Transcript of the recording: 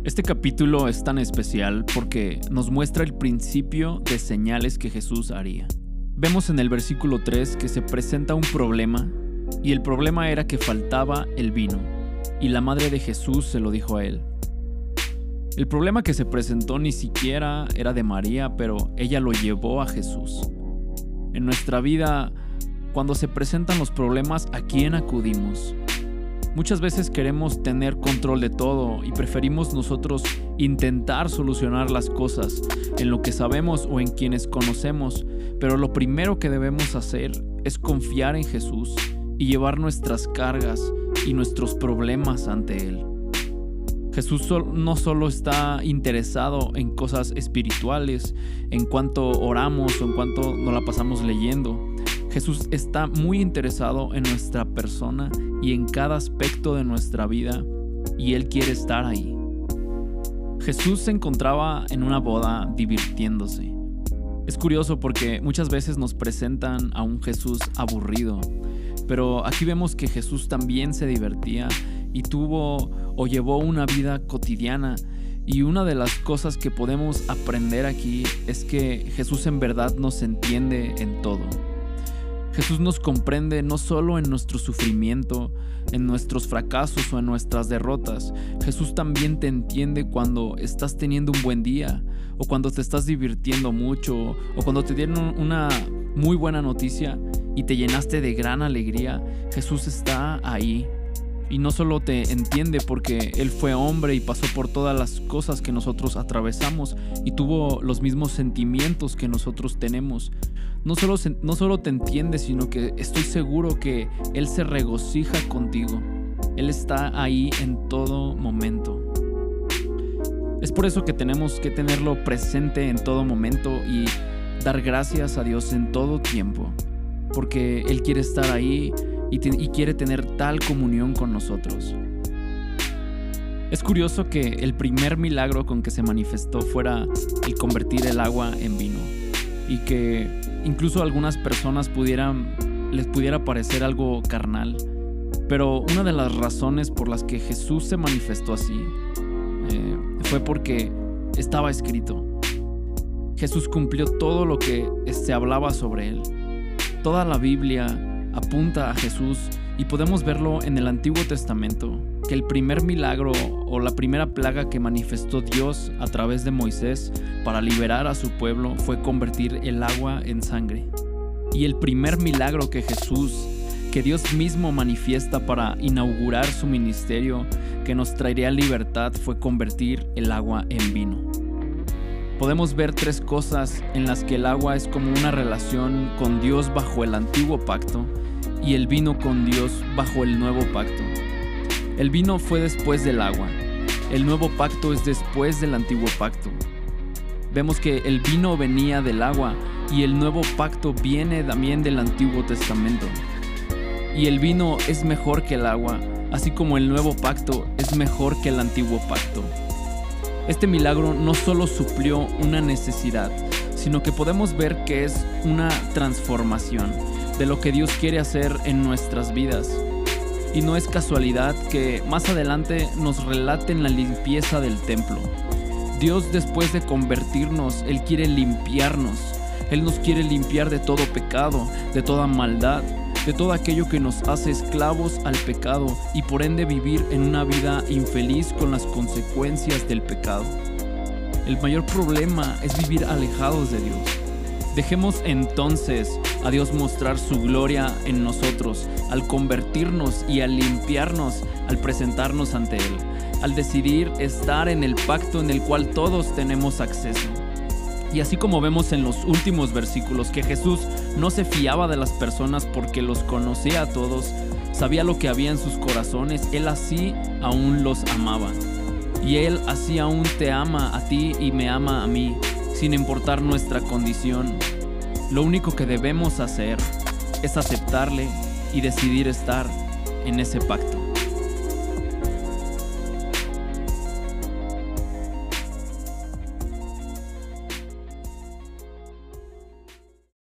Este capítulo es tan especial porque nos muestra el principio de señales que Jesús haría. Vemos en el versículo 3 que se presenta un problema, y el problema era que faltaba el vino, y la madre de Jesús se lo dijo a él. El problema que se presentó ni siquiera era de María, pero ella lo llevó a Jesús. En nuestra vida, cuando se presentan los problemas, ¿a quién acudimos? Muchas veces queremos tener control de todo y preferimos nosotros intentar solucionar las cosas en lo que sabemos o en quienes conocemos, pero lo primero que debemos hacer es confiar en Jesús y llevar nuestras cargas y nuestros problemas ante Él. Jesús no solo está interesado en cosas espirituales, en cuanto oramos o en cuanto nos la pasamos leyendo. Jesús está muy interesado en nuestra persona y en cada aspecto de nuestra vida, y Él quiere estar ahí. Jesús se encontraba en una boda divirtiéndose. Es curioso porque muchas veces nos presentan a un Jesús aburrido, pero aquí vemos que Jesús también se divertía y tuvo o llevó una vida cotidiana. Y una de las cosas que podemos aprender aquí es que Jesús en verdad nos entiende en todo. Jesús nos comprende no solo en nuestro sufrimiento, en nuestros fracasos o en nuestras derrotas. Jesús también te entiende cuando estás teniendo un buen día, o cuando te estás divirtiendo mucho, o cuando te dieron una muy buena noticia y te llenaste de gran alegría. Jesús está ahí. Y no solo te entiende porque Él fue hombre y pasó por todas las cosas que nosotros atravesamos y tuvo los mismos sentimientos que nosotros tenemos. No solo te entiende, sino que estoy seguro que Él se regocija contigo. Él está ahí en todo momento. Es por eso que tenemos que tenerlo presente en todo momento y dar gracias a Dios en todo tiempo, porque Él quiere estar ahí y quiere tener tal comunión con nosotros. Es curioso que el primer milagro con que se manifestó fuera el convertir el agua en vino, y que incluso a algunas personas les pudiera parecer algo carnal, pero una de las razones por las que Jesús se manifestó así fue porque estaba escrito. Jesús cumplió todo lo que se hablaba sobre Él. Toda la Biblia apunta a Jesús y podemos verlo en el Antiguo Testamento, que el primer milagro o la primera plaga que manifestó Dios a través de Moisés para liberar a su pueblo fue convertir el agua en sangre. Y el primer milagro que Dios mismo manifiesta para inaugurar su ministerio, que nos traería libertad, fue convertir el agua en vino. Podemos ver tres cosas en las que el agua es como una relación con Dios bajo el antiguo pacto y el vino con Dios bajo el nuevo pacto. El vino fue después del agua. El nuevo pacto es después del antiguo pacto. Vemos que el vino venía del agua y el nuevo pacto viene también del Antiguo Testamento. Y el vino es mejor que el agua, así como el nuevo pacto es mejor que el antiguo pacto. Este milagro no solo suplió una necesidad, sino que podemos ver que es una transformación de lo que Dios quiere hacer en nuestras vidas. Y no es casualidad que más adelante nos relaten la limpieza del templo. Dios, después de convertirnos, Él quiere limpiarnos. Él nos quiere limpiar de todo pecado, de toda maldad, de todo aquello que nos hace esclavos al pecado y por ende vivir en una vida infeliz con las consecuencias del pecado. El mayor problema es vivir alejados de Dios. Dejemos entonces a Dios mostrar su gloria en nosotros al convertirnos y al limpiarnos, al presentarnos ante Él, al decidir estar en el pacto en el cual todos tenemos acceso. Y así como vemos en los últimos versículos que Jesús no se fiaba de las personas porque los conocía a todos, sabía lo que había en sus corazones, Él así aún los amaba. Y Él así aún te ama a ti y me ama a mí, sin importar nuestra condición. Lo único que debemos hacer es aceptarle y decidir estar en ese pacto.